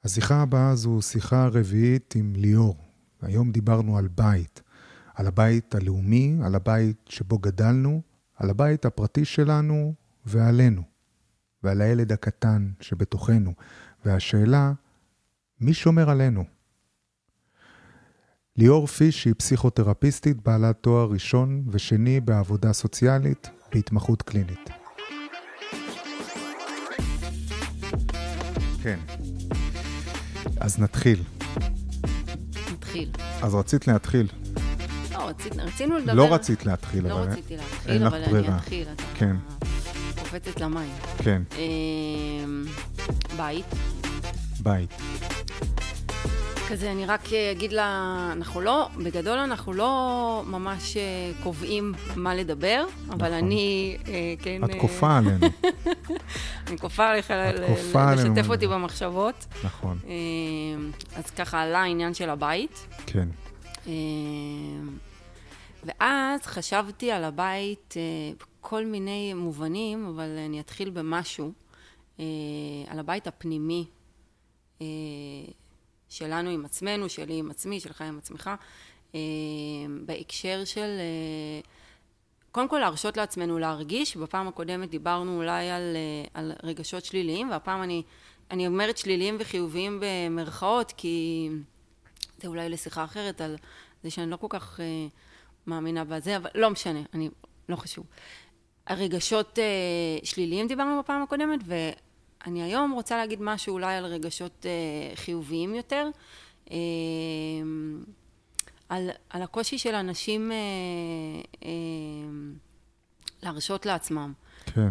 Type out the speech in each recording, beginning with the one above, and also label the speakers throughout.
Speaker 1: השיחה הבאה זו שיחה רביעית עם ליאור. היום דיברנו על בית, על הבית הלאומי, על הבית שבו גדלנו, על הבית הפרטי שלנו ועלינו, ועל הילד הקטן שבתוכנו, והשאלה, מי שומר עלינו? ליאור פיש היא פסיכותרפיסטית בעלת תואר ראשון ושני בעבודה סוציאלית בהתמחות קלינית. כן. אז נתחיל.
Speaker 2: נתחיל.
Speaker 1: אז רצית להתחיל.
Speaker 2: לא, רצינו לדבר.
Speaker 1: לא רצית להתחיל,
Speaker 2: לא
Speaker 1: אבל
Speaker 2: רציתי להתחיל, אבל אני אתחיל. אתה
Speaker 1: כן.
Speaker 2: קופצת למים.
Speaker 1: כן.
Speaker 2: בית.
Speaker 1: בית.
Speaker 2: כזה, אני רק אגיד לה, בגדול אנחנו לא ממש קובעים מה לדבר, אבל אני, כן...
Speaker 1: את כופה עלינו.
Speaker 2: אני כופה עליך לשתף אותי במחשבות.
Speaker 1: נכון.
Speaker 2: אז ככה עלה העניין של הבית.
Speaker 1: כן.
Speaker 2: ואז חשבתי על הבית בכל מיני מובנים, אבל אני אתחיל במשהו, על הבית הפנימי שלנו עם עצמנו, שלי עם עצמי, שלך עם עצמך, בהקשר של, קודם כל להרשות לעצמנו להרגיש. בפעם הקודמת דיברנו אולי על רגשות שליליים, והפעם אני אומרת שליליים וחיוביים במרכאות, כי זה אולי לשיחה אחרת על זה שאני לא כל כך מאמינה בזה, אבל לא משנה, אני לא חשוב. הרגשות שליליים דיברנו בפעם הקודמת, ואני היום רוצה להגיד משהו אולי על רגשות חיוביים יותר, על הקושי של אנשים להרשות לעצמם.
Speaker 1: כן.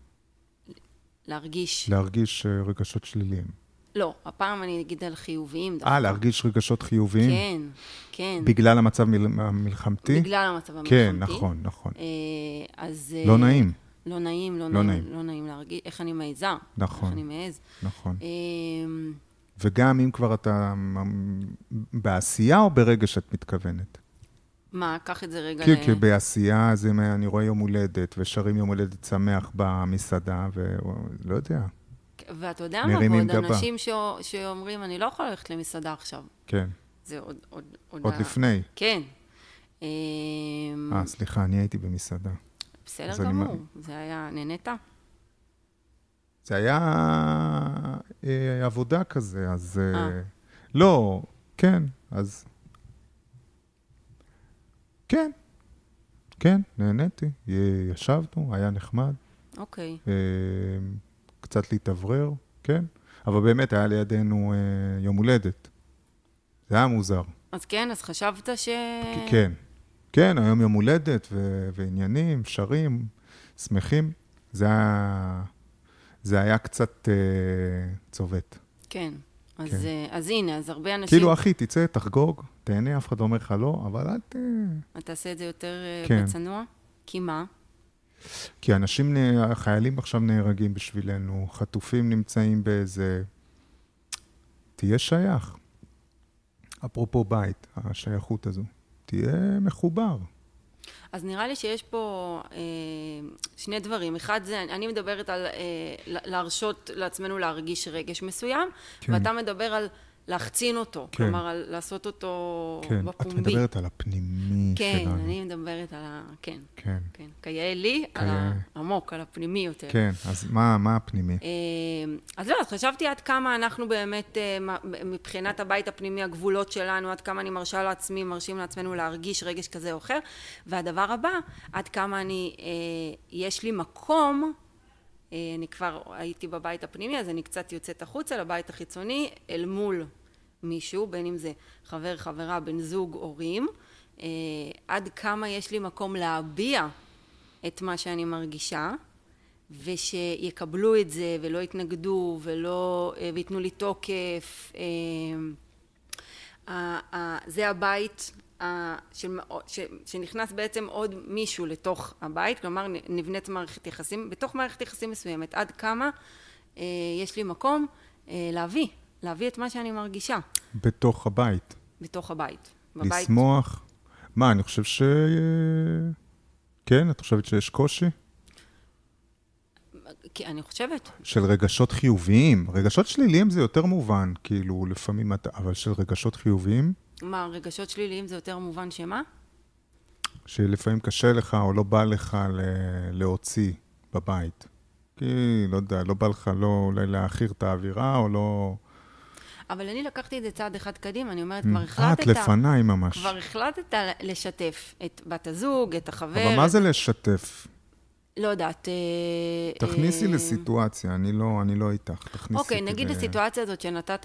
Speaker 2: להרגיש
Speaker 1: רגשות שליליים.
Speaker 2: לא, הפעם אני אגיד על חיוביים.
Speaker 1: להרגיש רגשות חיוביים?
Speaker 2: כן, כן.
Speaker 1: בגלל המצב המלחמתי?
Speaker 2: בגלל המצב המלחמתי.
Speaker 1: כן, נכון, נכון.
Speaker 2: אז...
Speaker 1: לא נעים.
Speaker 2: לא נעים להרגיש, איך אני מעיזה.
Speaker 1: נכון.
Speaker 2: איך אני מעיז.
Speaker 1: נכון. וגם אם כבר אתה בעשייה או ברגע שאת מתכוונת?
Speaker 2: מה? קח את זה רגע
Speaker 1: כי בעשייה, אני רואה יום הולדת, ושרים יום הולדת שמח במסעדה, ולא יודע.
Speaker 2: ואתה יודע מה, ועוד אנשים שאומרים, אני לא יכולה ללכת למסעדה עכשיו.
Speaker 1: כן.
Speaker 2: זה
Speaker 1: עוד לפני.
Speaker 2: כן.
Speaker 1: סליחה, אני הייתי במסעדה.
Speaker 2: בסדר גמור. זה היה, נהנית?
Speaker 1: זה היה עבודה כזה, אז... לא, כן, אז... כן, כן, נהניתי. ישבנו, היה נחמד.
Speaker 2: אוקיי.
Speaker 1: קצת להתאוורר, כן. אבל באמת היה לידינו יום הולדת. זה היה מוזר.
Speaker 2: אז כן, אז חשבת
Speaker 1: כן, כן, היום יום הולדת ועניינים, שרים, שמחים. זה היה קצת צובט.
Speaker 2: כן, אז הנה, אז הרבה אנשים...
Speaker 1: כאילו, אחי, תצא, תחגוג, תהנה, אף אחד לא אומר לך לא, אבל את...
Speaker 2: אתה תעשה את זה יותר
Speaker 1: כן.
Speaker 2: בצנוע? כי מה?
Speaker 1: כי החיילים עכשיו נהרגים בשבילנו, חטופים נמצאים באיזה... תהיה שייך. אפרופו בית, השייכות הזו. תהיה מחובר.
Speaker 2: אז נראה לי שיש פה שני דברים. אחד זה, אני מדברת על להרשות לעצמנו להרגיש רגש מסוים, כן. ואתה מדבר על להחצין אותו, כן. כלומר על לעשות אותו
Speaker 1: כן.
Speaker 2: בפומבי.
Speaker 1: את מדברת על הפנימי
Speaker 2: כן,
Speaker 1: שלנו.
Speaker 2: כן, אני מדברת על כן.
Speaker 1: כן.
Speaker 2: כן. כיאה לי, על העמוק, על הפנימי יותר.
Speaker 1: כן, אז מה הפנימי?
Speaker 2: אז לא, אז חשבתי עד כמה אנחנו באמת, מבחינת הבית הפנימי, הגבולות שלנו, עד כמה אני מרשים לעצמנו להרגיש רגש כזה או אחר, והדבר הבא, עד כמה יש לי מקום, אני כבר הייתי בבית הפנימי, אז אני קצת יוצאת החוצה לבית החיצוני, אל מול מישהו, בין אם זה חבר, חברה, בן זוג, הורים, עד כמה יש לי מקום להביע את מה שאני מרגישה, ושיקבלו את זה ולא יתנגדו ויתנו לי תוקף. זה הבית שנכנס בעצם עוד מישהו לתוך הבית, כלומר נבנית מערכת יחסים, בתוך מערכת יחסים מסוימת, עד כמה יש לי מקום להביא את מה שאני מרגישה.
Speaker 1: בתוך הבית.
Speaker 2: בתוך הבית.
Speaker 1: לשמוח. מה, אני חושב כן, את חושבת שיש קושי?
Speaker 2: כי אני חושבת.
Speaker 1: של רגשות חיוביים. רגשות שליליים זה יותר מובן, כאילו, לפעמים, אבל של רגשות חיוביים?
Speaker 2: מה, רגשות שליליים זה יותר מובן שמה?
Speaker 1: שלפעמים קשה לך או לא בא לך להוציא בבית. כי, לא יודע, לא בא לך לא אולי להכיר את האווירה או לא...
Speaker 2: אבל אני לקחתי את זה צעד אחד קדימה, אני אומרת, כבר החלטת...
Speaker 1: את לפניי ממש.
Speaker 2: כבר החלטת לשתף את בת הזוג, את החבר...
Speaker 1: אבל מה זה לשתף?
Speaker 2: לא יודעת...
Speaker 1: תכניסי לסיטואציה, אני לא איתך.
Speaker 2: אוקיי, נגיד הסיטואציה הזאת שנתת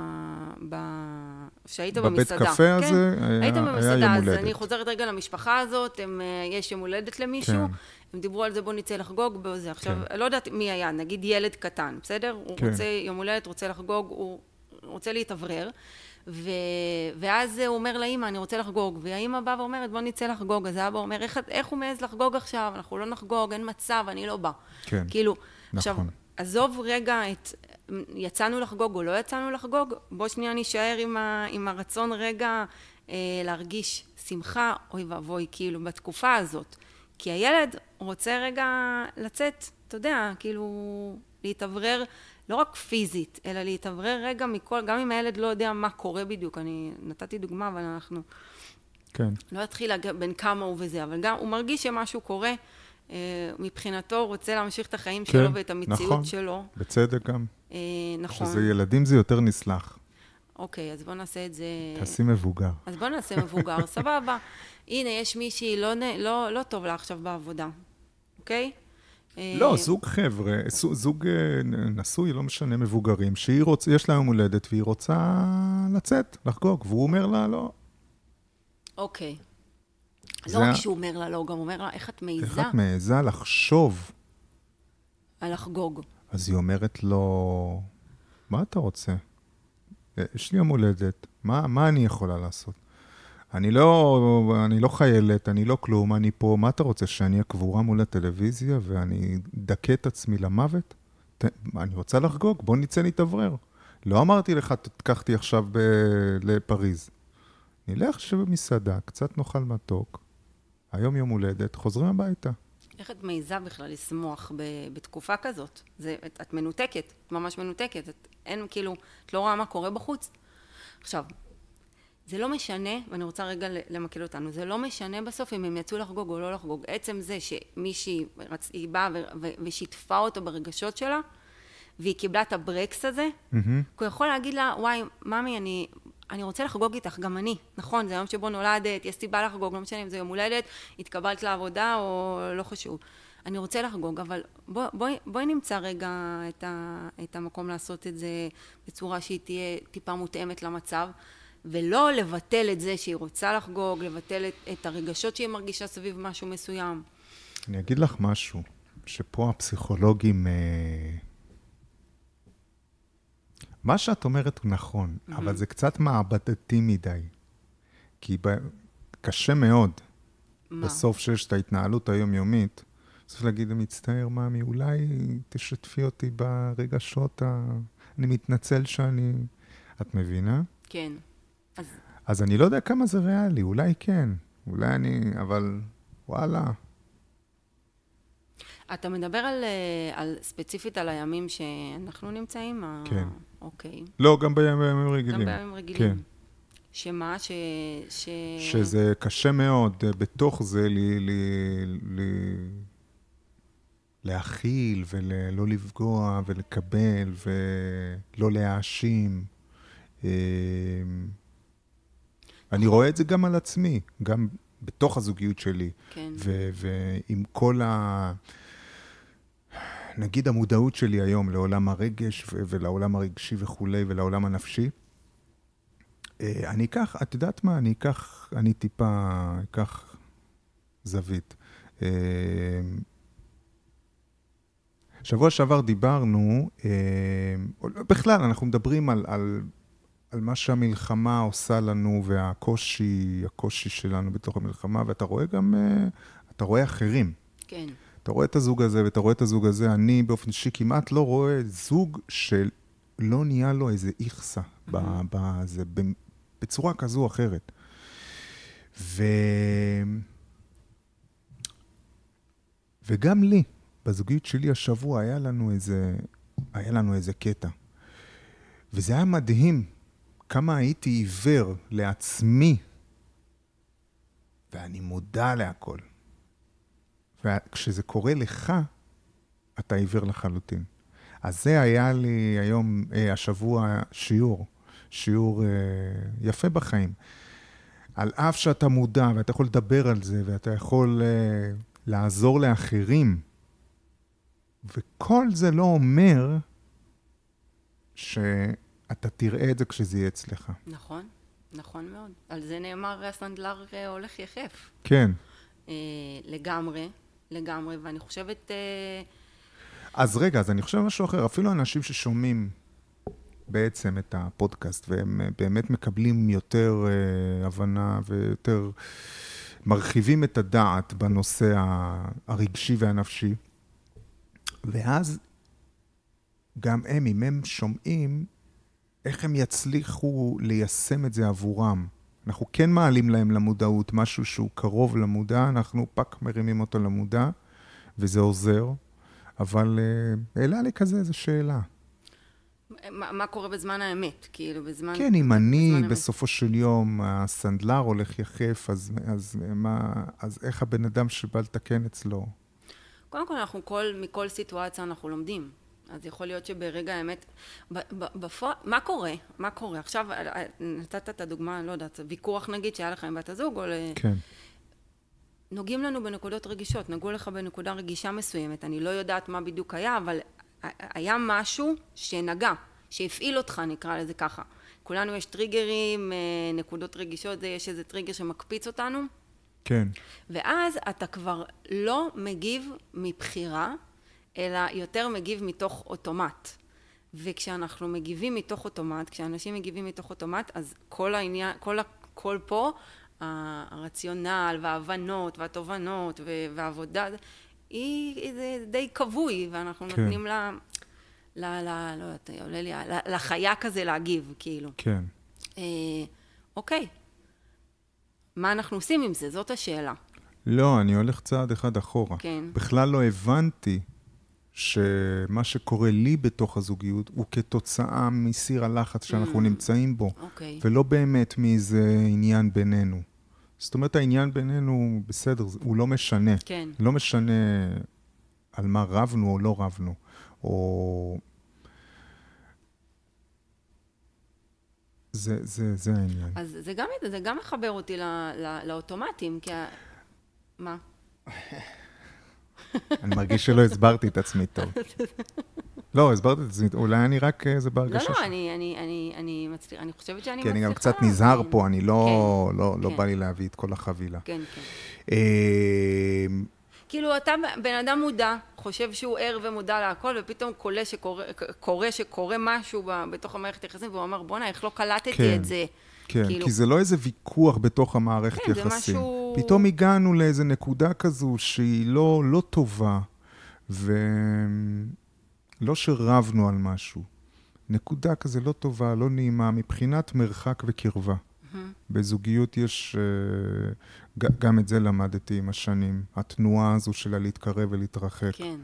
Speaker 2: שהיית במסעדה.
Speaker 1: בבית קפה הזה היה יום הולדת.
Speaker 2: אז אני חוזרת רגע למשפחה הזאת, יש יום הולדת למישהו, הם דיברו על זה, בוא נצא לחגוג בזה. עכשיו, לא יודעת מי היה, נגיד ילד קטן, בסדר? הוא רוצה יום הולדת, רוצה לחגוג, הוא רוצה להתאוורר, ואז הוא אומר לאמא, אני רוצה לחגוג, והאמא באה ואומרת, בוא נצא לחגוג, אז האבא אומר, איך הוא מעז לחגוג עכשיו? אנחנו לא נחגוג, אין מצב, אני לא בא.
Speaker 1: כן,
Speaker 2: כאילו,
Speaker 1: נכון.
Speaker 2: עכשיו, עזוב רגע יצאנו לחגוג או לא יצאנו לחגוג, בוא שנייה נשאר עם הרצון רגע להרגיש שמחה, אוי ואבוי, כאילו, בתקופה הזאת. כי הילד רוצה רגע לצאת, אתה יודע, כאילו, להתאוורר, לא רק פיזית, אלא להתאוורר רגע גם אם הילד לא יודע מה קורה בדיוק. אני נתתי דוגמה, אבל אנחנו...
Speaker 1: כן.
Speaker 2: לא אתחיל בין כמה הוא וזה, אבל גם הוא מרגיש שמשהו קורה, מבחינתו הוא רוצה להמשיך את החיים שלו ואת המציאות שלו.
Speaker 1: בצדק גם.
Speaker 2: נכון.
Speaker 1: שזה ילדים זה יותר נסלח.
Speaker 2: אוקיי, אז בוא נעשה את זה...
Speaker 1: תעשי מבוגר.
Speaker 2: אז בוא נעשה מבוגר, סבבה. הנה, יש מישהי לא טוב לה עכשיו בעבודה, אוקיי?
Speaker 1: לא, זוג חבר'ה, זוג נשוי, לא משנה, מבוגרים, יש לה יום הולדת והיא רוצה לצאת, לחגוג, והוא אומר לה לא.
Speaker 2: אוקיי. לא רק שהוא אומר לה לא, הוא גם אומר לה, איך את מעיזה?
Speaker 1: איך את מעיזה לחשוב?
Speaker 2: על לחגוג.
Speaker 1: אז היא אומרת לו, מה אתה רוצה? יש לי יום הולדת, מה אני יכולה לעשות? אני לא חיילת, אני לא כלום, אני פה, מה אתה רוצה, שאני אקבורה מול הטלוויזיה ואני דקה את עצמי למוות? אני רוצה לחגוג, בוא נצא להתאוורר. לא אמרתי לך, תקחתי עכשיו לפריז. נלך שבמסעדה, קצת נאכל מתוק, היום יום הולדת, חוזרים הביתה.
Speaker 2: איך את מעיזה בכלל לשמוח בתקופה כזאת? את מנותקת, את ממש מנותקת, אין כאילו, את לא רואה מה קורה בחוץ. עכשיו, זה לא משנה, ואני רוצה רגע למקד אותנו, זה לא משנה בסוף אם הם יצאו לחגוג או לא לחגוג. עצם זה שמישהי באה ושיתפה אותו ברגשות שלה, והיא קיבלה את הברקס הזה, הוא יכול להגיד לה, וואי, ממי, אני רוצה לחגוג איתך, גם אני. נכון, זה היום שבו נולדת, יש סיבה לחגוג, לא משנה אם זה יום הולדת, התקבלת לעבודה או לא חשוב. אני רוצה לחגוג, אבל בואי נמצא רגע את המקום לעשות את זה בצורה שהיא תהיה טיפה מותאמת למצב, ולא לבטל את זה שהיא רוצה לחגוג, לבטל את הרגשות שהיא מרגישה סביב משהו מסוים.
Speaker 1: אני אגיד לך משהו, שפה הפסיכולוגים, מה שאת אומרת הוא נכון, אבל זה קצת מעבדתי מדי. כי קשה מאוד, בסוף שיש את ההתנהלות היומיומית, צריך להגיד, מצטער, מאמי, אולי תשתפי אותי ברגשות, אני מתנצל שאני... את מבינה?
Speaker 2: כן.
Speaker 1: אז אני לא יודע כמה זה ריאלי, אולי כן, אולי אבל וואלה.
Speaker 2: אתה מדבר ספציפית על הימים שאנחנו נמצאים?
Speaker 1: כן.
Speaker 2: אוקיי.
Speaker 1: לא, גם בימים רגילים.
Speaker 2: גם בימים רגילים.
Speaker 1: כן.
Speaker 2: שמה?
Speaker 1: שזה קשה מאוד, בתוך זה להכיל ולא לפגוע ולקבל ולא להאשים. אני רואה את זה גם על עצמי, גם בתוך הזוגיות שלי.
Speaker 2: כן.
Speaker 1: ועם כל נגיד המודעות שלי היום לעולם הרגש ולעולם הרגשי וכולי ולעולם הנפשי, אני אקח, את יודעת מה? אני טיפה אקח זווית. שבוע שעבר דיברנו, בכלל אנחנו מדברים על מה שהמלחמה עושה לנו והקושי שלנו בתוך המלחמה, ואתה רואה גם, אתה רואה אחרים.
Speaker 2: כן.
Speaker 1: אתה רואה את הזוג הזה ואתה רואה את הזוג הזה, אני באופן שכמעט לא רואה זוג שלא נהיה לו איזה איכסה בצורה כזו או אחרת. וגם לי, בזוגיות שלי השבוע היה לנו איזה קטע. וזה היה מדהים כמה הייתי עיוור לעצמי, ואני מודע להכל. וכשזה קורה לך, אתה עיוור לחלוטין. אז זה היה לי היום, השבוע, שיעור יפה בחיים. על אף שאתה מודע, ואתה יכול לדבר על זה, ואתה יכול לעזור לאחרים, וכל זה לא אומר שאתה תראה את זה כשזה יהיה אצלך.
Speaker 2: נכון, נכון מאוד. על זה נאמר, הסנדלר הולך יחף.
Speaker 1: כן.
Speaker 2: לגמרי, ואני חושבת...
Speaker 1: אז רגע, אז אני חושב משהו אחר. אפילו אנשים ששומעים בעצם את הפודקאסט, והם באמת מקבלים יותר הבנה ויותר מרחיבים את הדעת בנושא הרגשי והנפשי. ואז גם הם, אם הם שומעים, איך הם יצליחו ליישם את זה עבורם. אנחנו כן מעלים להם למודעות, משהו שהוא קרוב למודע, אנחנו פק מרימים אותו למודע, וזה עוזר. אבל העלה לי כזה איזו שאלה.
Speaker 2: מה קורה בזמן האמת? כאילו, בזמן...
Speaker 1: כן, אם אני בסופו של יום, הסנדלר הולך יחף, אז איך הבן אדם שבא לתקן אצלו?
Speaker 2: קודם כל, מכל סיטואציה אנחנו לומדים. אז יכול להיות שברגע האמת... מה קורה? מה קורה? עכשיו, נתת את הדוגמה, לא יודעת, ויכוח נגיד שהיה לך עם בת הזוג, או...
Speaker 1: כן.
Speaker 2: נוגעים לנו בנקודות רגישות, נגעו לך בנקודה רגישה מסוימת, אני לא יודעת מה בדיוק היה, אבל היה משהו שנגע, שהפעיל אותך, נקרא לזה ככה. כולנו יש טריגרים, נקודות רגישות, יש איזה טריגר שמקפיץ אותנו.
Speaker 1: כן.
Speaker 2: ואז אתה כבר לא מגיב מבחירה, אלא יותר מגיב מתוך אוטומט. וכשאנחנו מגיבים מתוך אוטומט, כשאנשים מגיבים מתוך אוטומט, אז כל העניין, כל פה, הרציונל וההבנות והתובנות והעבודה, זה די קבוי, ואנחנו נותנים לחיה כזה להגיב, כאילו.
Speaker 1: כן.
Speaker 2: אוקיי. מה אנחנו עושים עם זה? זאת השאלה.
Speaker 1: לא, אני הולך צעד אחד אחורה.
Speaker 2: כן.
Speaker 1: בכלל לא הבנתי שמה שקורה לי בתוך הזוגיות הוא כתוצאה מסיר הלחץ שאנחנו נמצאים בו.
Speaker 2: אוקיי.
Speaker 1: ולא באמת מאיזה עניין בינינו. זאת אומרת, העניין בינינו בסדר, הוא לא משנה.
Speaker 2: כן.
Speaker 1: לא משנה על מה רבנו או לא רבנו. או... זה העניין.
Speaker 2: אז זה גם מחבר אותי לאוטומטים, כי... מה?
Speaker 1: אני מרגיש שלא הסברתי את עצמי טוב. לא, הסברתי את עצמי, אולי אני רק איזה בהרגשה.
Speaker 2: לא, אני חושבת שאני מצליחה.
Speaker 1: כי אני גם קצת נזהר פה, אני לא בא לי להביא את כל החבילה.
Speaker 2: כן, כן. כאילו, אתה בן אדם מודע, חושב שהוא ער ומודע להכל, ופתאום קורה שקורה משהו בתוך המערכת יחסים, והוא אומר, בוא'נה, איך לא קלטתי את זה?
Speaker 1: כן, כי זה לא איזה ויכוח בתוך המערכת יחסים. כן, זה משהו... פתאום הגענו לאיזה נקודה כזו שהיא לא טובה, ולא שרבנו על משהו. נקודה כזה לא טובה, לא נעימה, מבחינת מרחק וקרבה. בזוגיות יש, גם את זה למדתי עם השנים, התנועה הזו שלה להתקרב ולהתרחק,
Speaker 2: כן.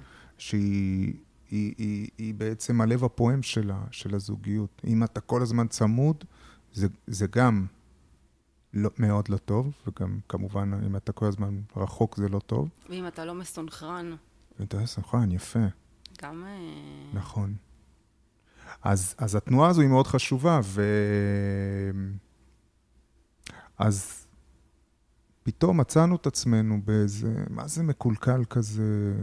Speaker 1: שהיא בעצם הלב הפועם של הזוגיות. אם אתה כל הזמן צמוד, זה גם מאוד לא טוב, וגם כמובן אם אתה כל הזמן רחוק זה לא טוב.
Speaker 2: ואם אתה לא מסונכרן.
Speaker 1: אתה מסונכרן, יפה.
Speaker 2: גם...
Speaker 1: נכון. אז התנועה הזו היא מאוד חשובה, אז פתאום מצאנו את עצמנו באיזה, מה זה מקולקל כזה,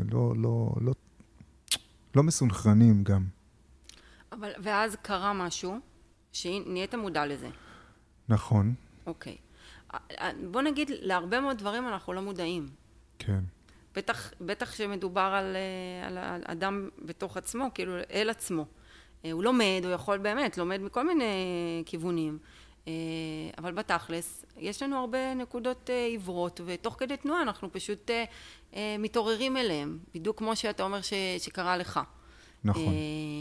Speaker 1: לא מסונכרנים גם.
Speaker 2: ואז קרה משהו, שנהיית מודע לזה.
Speaker 1: נכון.
Speaker 2: אוקיי. בוא נגיד, להרבה מאוד דברים אנחנו לא מודעים.
Speaker 1: כן.
Speaker 2: בטח שמדובר על אדם בתוך עצמו, כאילו אל עצמו. הוא לומד, הוא יכול באמת, לומד מכל מיני כיוונים. אבל בתכלס, יש לנו הרבה נקודות עיוורות, ותוך כדי תנועה אנחנו פשוט מתעוררים אליהם, בדיוק כמו שאתה אומר שקרה לך.
Speaker 1: נכון.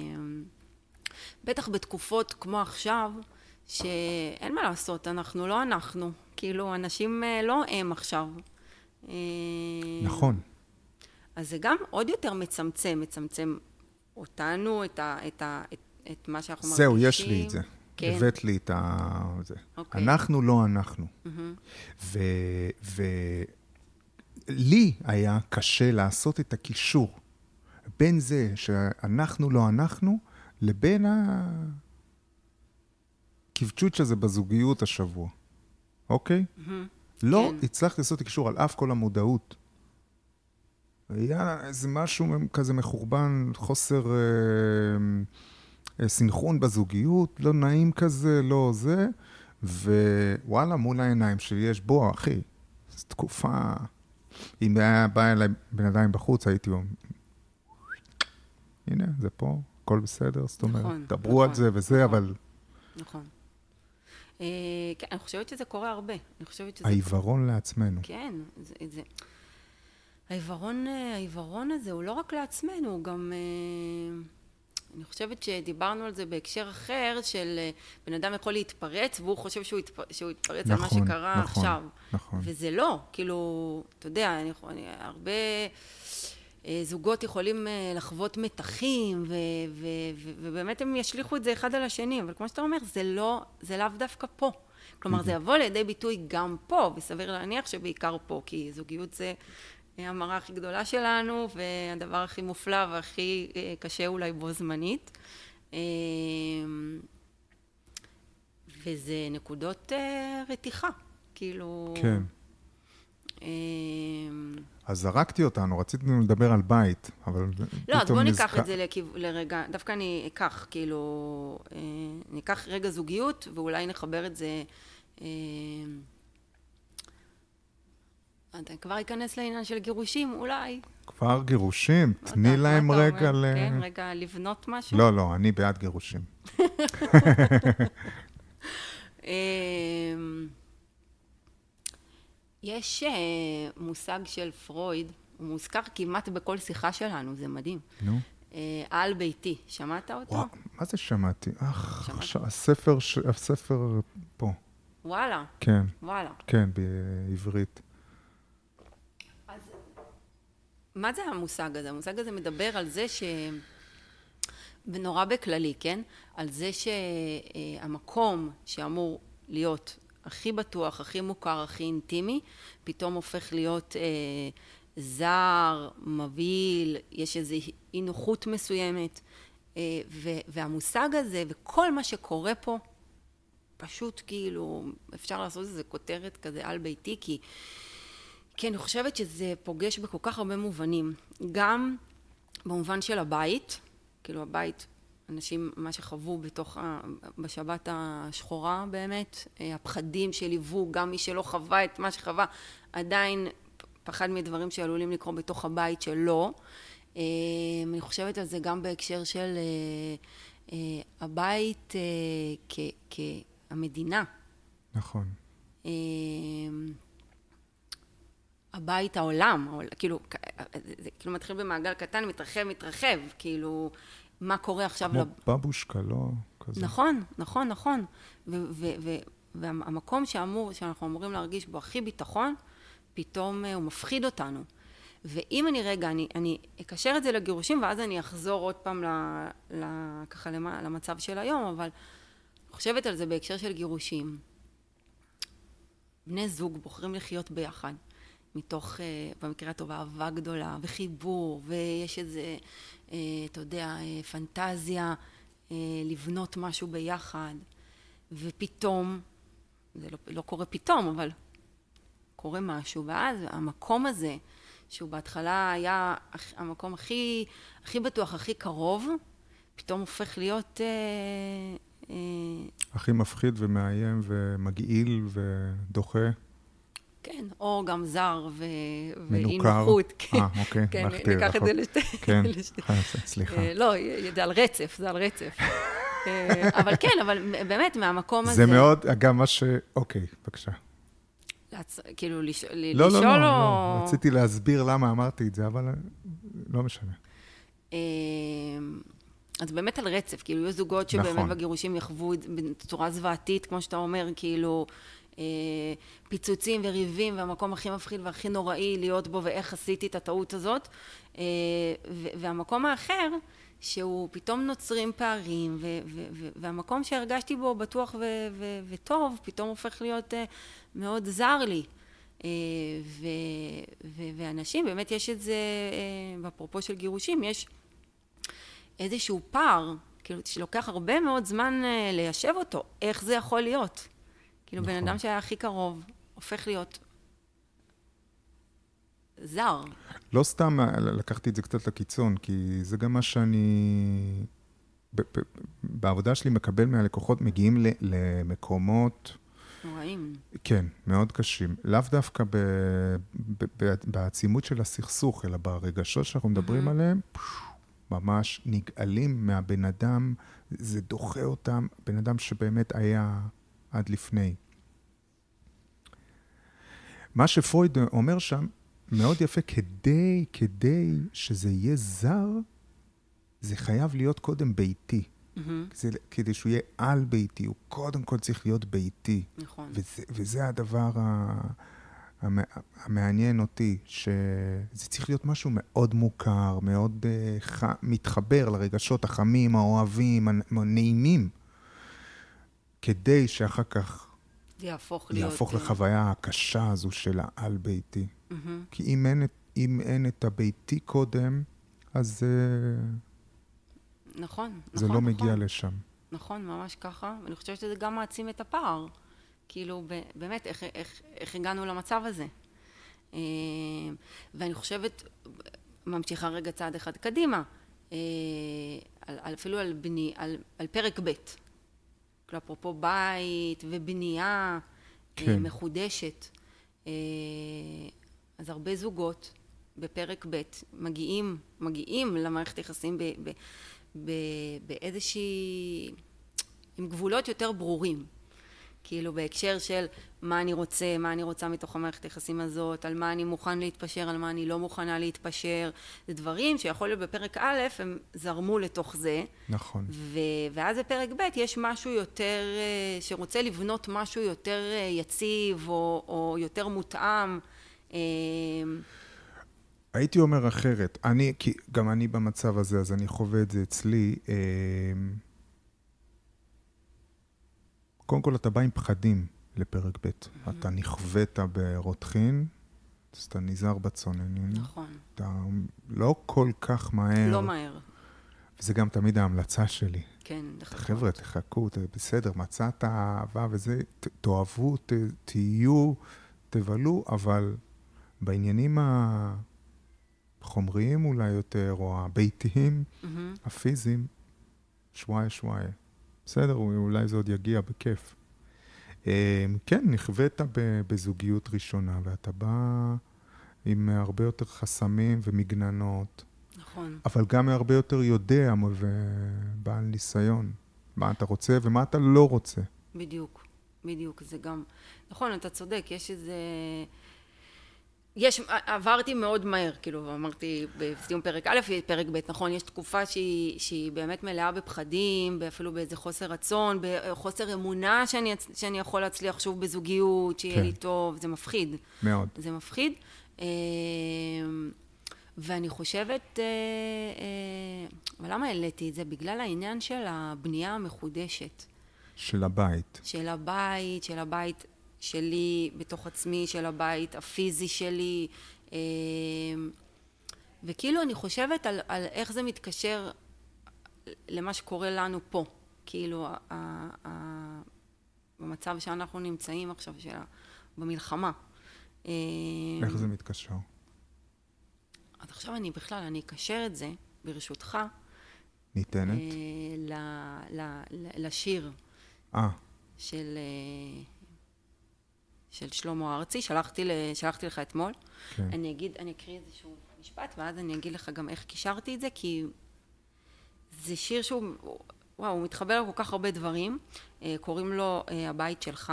Speaker 2: בטח בתקופות כמו עכשיו, שאין מה לעשות, אנחנו לא אנחנו, כאילו אנשים לא הם עכשיו.
Speaker 1: נכון.
Speaker 2: אז זה גם עוד יותר מצמצם אותנו, את מה שאנחנו מרגישים.
Speaker 1: זהו, יש לי את זה.
Speaker 2: כן.
Speaker 1: הבאת לי את זה.
Speaker 2: אוקיי.
Speaker 1: אנחנו לא אנחנו. ולי היה קשה לעשות את הקישור בין זה שאנחנו לא אנחנו, לבין הכבצ'וץ' הזה בזוגיות השבוע. אוקיי? לא הצלחתי לעשות את הקישור על אף כל המודעות. היה איזה משהו כזה מחורבן, חוסר סינכרון בזוגיות, לא נעים כזה, לא זה, ווואלה, מול העיניים שלי יש בוא, אחי, זו תקופה, אם היה בא אליי בן אדם בחוץ, הייתי אומר, הנה, זה פה, הכל בסדר, זאת אומרת, דברו על זה וזה, אבל...
Speaker 2: נכון. כן, אני חושבת שזה קורה הרבה.
Speaker 1: העיוורון לעצמנו.
Speaker 2: כן, זה... העיוורון הזה הוא לא רק לעצמנו, הוא גם... אני חושבת שדיברנו על זה בהקשר אחר, של בן אדם יכול להתפרץ, והוא חושב שהוא יתפרץ על מה שקרה עכשיו.
Speaker 1: נכון.
Speaker 2: וזה לא, כאילו, אתה יודע, הרבה זוגות יכולים לחוות מתחים, ובאמת הם ישליחו את זה אחד על השני, אבל כמו שאתה אומר, זה לאו דווקא פה. כלומר, זה יבוא לידי ביטוי גם פה, וסביר להניח שבעיקר פה, כי זוגיות זה... המראה הכי גדולה שלנו, והדבר הכי מופלא והכי קשה אולי בו זמנית. וזה נקודות רתיחה, כאילו...
Speaker 1: כן. אז זרקתי אותנו, רציתי לדבר על בית, אבל...
Speaker 2: לא, אז בוא ניקח את זה לרגע, דווקא אני אקח, כאילו, ניקח רגע זוגיות, ואולי נחבר את זה... אתה כבר ייכנס לעניין של גירושים, אולי.
Speaker 1: כבר גירושים? תני להם רגע ל...
Speaker 2: כן, רגע לבנות משהו.
Speaker 1: לא, אני בעד גירושים.
Speaker 2: יש מושג של פרויד, הוא מוזכר כמעט בכל שיחה שלנו, זה מדהים.
Speaker 1: נו.
Speaker 2: על ביתי, שמעת אותו?
Speaker 1: וואו, מה זה שמעתי? הספר פה.
Speaker 2: וואלה.
Speaker 1: כן.
Speaker 2: וואלה.
Speaker 1: כן, בעברית.
Speaker 2: אז מה זה המושג הזה? המושג הזה מדבר על זה ונורא בכללי, כן? על זה שהמקום שאמור להיות הכי בטוח, הכי מוכר, הכי אינטימי, פתאום הופך להיות זר, מבהיל, יש איזו אי נוחות מסוימת, והמושג הזה וכל מה שקורה פה, פשוט כאילו, אפשר לעשות איזה כותרת כזה על ביתי, כי אני חושבת שזה פוגש בכל כך הרבה מובנים. גם במובן של הבית, כאילו הבית, אנשים מה שחוו בשבת השחורה באמת, הפחדים שליוו, גם מי שלא חווה את מה שחווה, עדיין פחד מדברים שעלולים לקרות בתוך הבית שלו. אני חושבת על זה גם בהקשר של הבית כמדינה.
Speaker 1: נכון.
Speaker 2: הבית העולם, כאילו, זה כאילו מתחיל במעגל קטן, מתרחב, כאילו, מה קורה עכשיו...
Speaker 1: כמו בבושקה, לא כזה.
Speaker 2: נכון. והמקום שאנחנו אמורים להרגיש בו הכי ביטחון, פתאום הוא מפחיד אותנו. ואם אני רגע, אני אקשר את זה לגירושים, ואז אני אחזור עוד פעם ככה למצב של היום, אבל אני חושבת על זה בהקשר של גירושים. בני זוג בוחרים לחיות ביחד, מתוך, במקרה הטוב, אהבה גדולה, וחיבור, ויש איזה, אתה יודע, פנטזיה, לבנות משהו ביחד, ופתאום, זה לא קורה פתאום, אבל קורה משהו, ואז המקום הזה, שהוא בהתחלה היה המקום הכי בטוח, הכי קרוב, פתאום הופך להיות...
Speaker 1: הכי מפחיד ומאיים ומגעיל ודוחה.
Speaker 2: כן, או גם זר
Speaker 1: מנוכר.
Speaker 2: ואי-נוחות.
Speaker 1: אוקיי,
Speaker 2: כן, ניקח את זה לשתי.
Speaker 1: כן, סליחה.
Speaker 2: לא, זה על רצף, אבל כן, אבל באמת מהמקום הזה...
Speaker 1: זה מאוד, גם מה אוקיי, בבקשה.
Speaker 2: כאילו, לשאול
Speaker 1: לא, רציתי להסביר למה אמרתי את זה, אבל לא משנה.
Speaker 2: אז באמת על רצף, כאילו, יש זוגות שבאמת בגירושים יחוו בצורה זוועתית, כמו שאתה אומר, כאילו, פיצוצים וריבים, והמקום הכי מפחיד והכי נוראי להיות בו, ואיך עשיתי את הטעות הזאת. והמקום האחר, שהוא פתאום נוצרים פערים, והמקום שהרגשתי בו בטוח וטוב, פתאום הופך להיות מאוד זר לי. ואנשים, באמת יש את זה, בפרופו של גירושים, יש איזשהו פער, כאילו שלוקח הרבה מאוד זמן ליישב אותו, איך זה יכול להיות? כאילו בן אדם שהיה הכי קרוב, הופך להיות זר.
Speaker 1: לא סתם לקחתי את זה קצת לקיצון, כי זה גם מה שאני, בעבודה שלי מקבל מהלקוחות, מגיעים למקומות,
Speaker 2: נוראים.
Speaker 1: כן, מאוד קשים. לאו דווקא בעצימות של הסכסוך, אלא ברגשות שאנחנו מדברים עליהם, ממש נגאלים מהבן אדם, זה דוחה אותם, בן אדם שבאמת היה עד לפני. מה שפרויד אומר שם, מאוד יפה, כדי שזה יהיה זר, זה חייב להיות קודם ביתי. כדי שהוא יהיה על ביתי, הוא קודם כל צריך להיות ביתי.
Speaker 2: נכון.
Speaker 1: וזה הדבר המעניין אותי, שזה צריך להיות משהו מאוד מוכר, מאוד מתחבר לרגשות החמים, האוהבים, הנעימים, כדי שאחר כך יהפוך לחוויה הקשה הזו של העל ביתי. כי אם אין את הביתי קודם, אז
Speaker 2: נכון,
Speaker 1: זה לא מגיע לשם.
Speaker 2: נכון, ממש ככה, ואני חושבת שזה גם מעצים את הפער. כאילו, באמת, איך הגענו למצב הזה. ואני חושבת, ממשיכה רגע צעד אחד קדימה, אפילו על פרק ב'. כאילו, אפרופו בית ובנייה מחודשת. אז הרבה זוגות בפרק ב' מגיעים למערכת יחסים באיזושהי, עם גבולות יותר ברורים. כאילו בהקשר של מה אני רוצה מתוך המערכת היחסים הזאת, על מה אני מוכן להתפשר, על מה אני לא מוכנה להתפשר. זה דברים שיכול להיות בפרק א', הם זרמו לתוך זה.
Speaker 1: נכון.
Speaker 2: ואז בפרק ב' יש משהו יותר, שרוצה לבנות משהו יותר יציב או יותר מותאם.
Speaker 1: הייתי אומר אחרת. כי גם אני במצב הזה, אז אני חווה את זה אצלי. קודם כל, אתה בא עם פחדים לפרק ב'. אתה נכווית ברותחין, אז אתה נזהר בצוננים.
Speaker 2: נכון.
Speaker 1: אתה לא כל כך מהר.
Speaker 2: לא מהר.
Speaker 1: וזה גם תמיד ההמלצה שלי.
Speaker 2: כן, לחכות.
Speaker 1: חבר'ה, תחכו, בסדר, מצאת אהבה וזה, תאהבו, תהיו, תבלו, אבל בעניינים החומריים אולי יותר, או הביתיים, הפיזיים, שוואי. בסדר, אולי זה עוד יגיע בכיף. כן, נכווית בזוגיות ראשונה, ואתה בא עם הרבה יותר חסמים ומגננות.
Speaker 2: נכון.
Speaker 1: אבל גם הרבה יותר יודע ובעל ניסיון. מה אתה רוצה ומה אתה לא רוצה.
Speaker 2: בדיוק. זה גם, נכון, אתה צודק, עברתי מאוד מהר, כאילו, אמרתי בסיום פרק א', פרק ב', נכון, יש תקופה שהיא באמת מלאה בפחדים, אפילו באיזה חוסר רצון, בחוסר אמונה שאני יכול להצליח שוב בזוגיות, שיהיה לי טוב, זה מפחיד.
Speaker 1: מאוד.
Speaker 2: זה מפחיד. ואני חושבת, אבל למה העליתי את זה? בגלל העניין של הבנייה המחודשת.
Speaker 1: של הבית.
Speaker 2: של הבית שלי בתוך עצמי, של הבית הפיזי שלי. וכאילו אני חושבת על איך זה מתקשר למה שקורה לנו פה. כאילו, במצב שאנחנו נמצאים עכשיו, במלחמה.
Speaker 1: איך זה מתקשר?
Speaker 2: אז עכשיו אני אקשר את זה, ברשותך,
Speaker 1: ניתנת?
Speaker 2: לשיר של שלמה ארצי, שלחתי לך אתמול.
Speaker 1: כן.
Speaker 2: אני אקריא איזשהו משפט, ואז אני אגיד לך גם איך קישרתי את זה, כי זה שיר שהוא, וואו, הוא מתחבר על כל כך הרבה דברים. קוראים לו הבית שלך,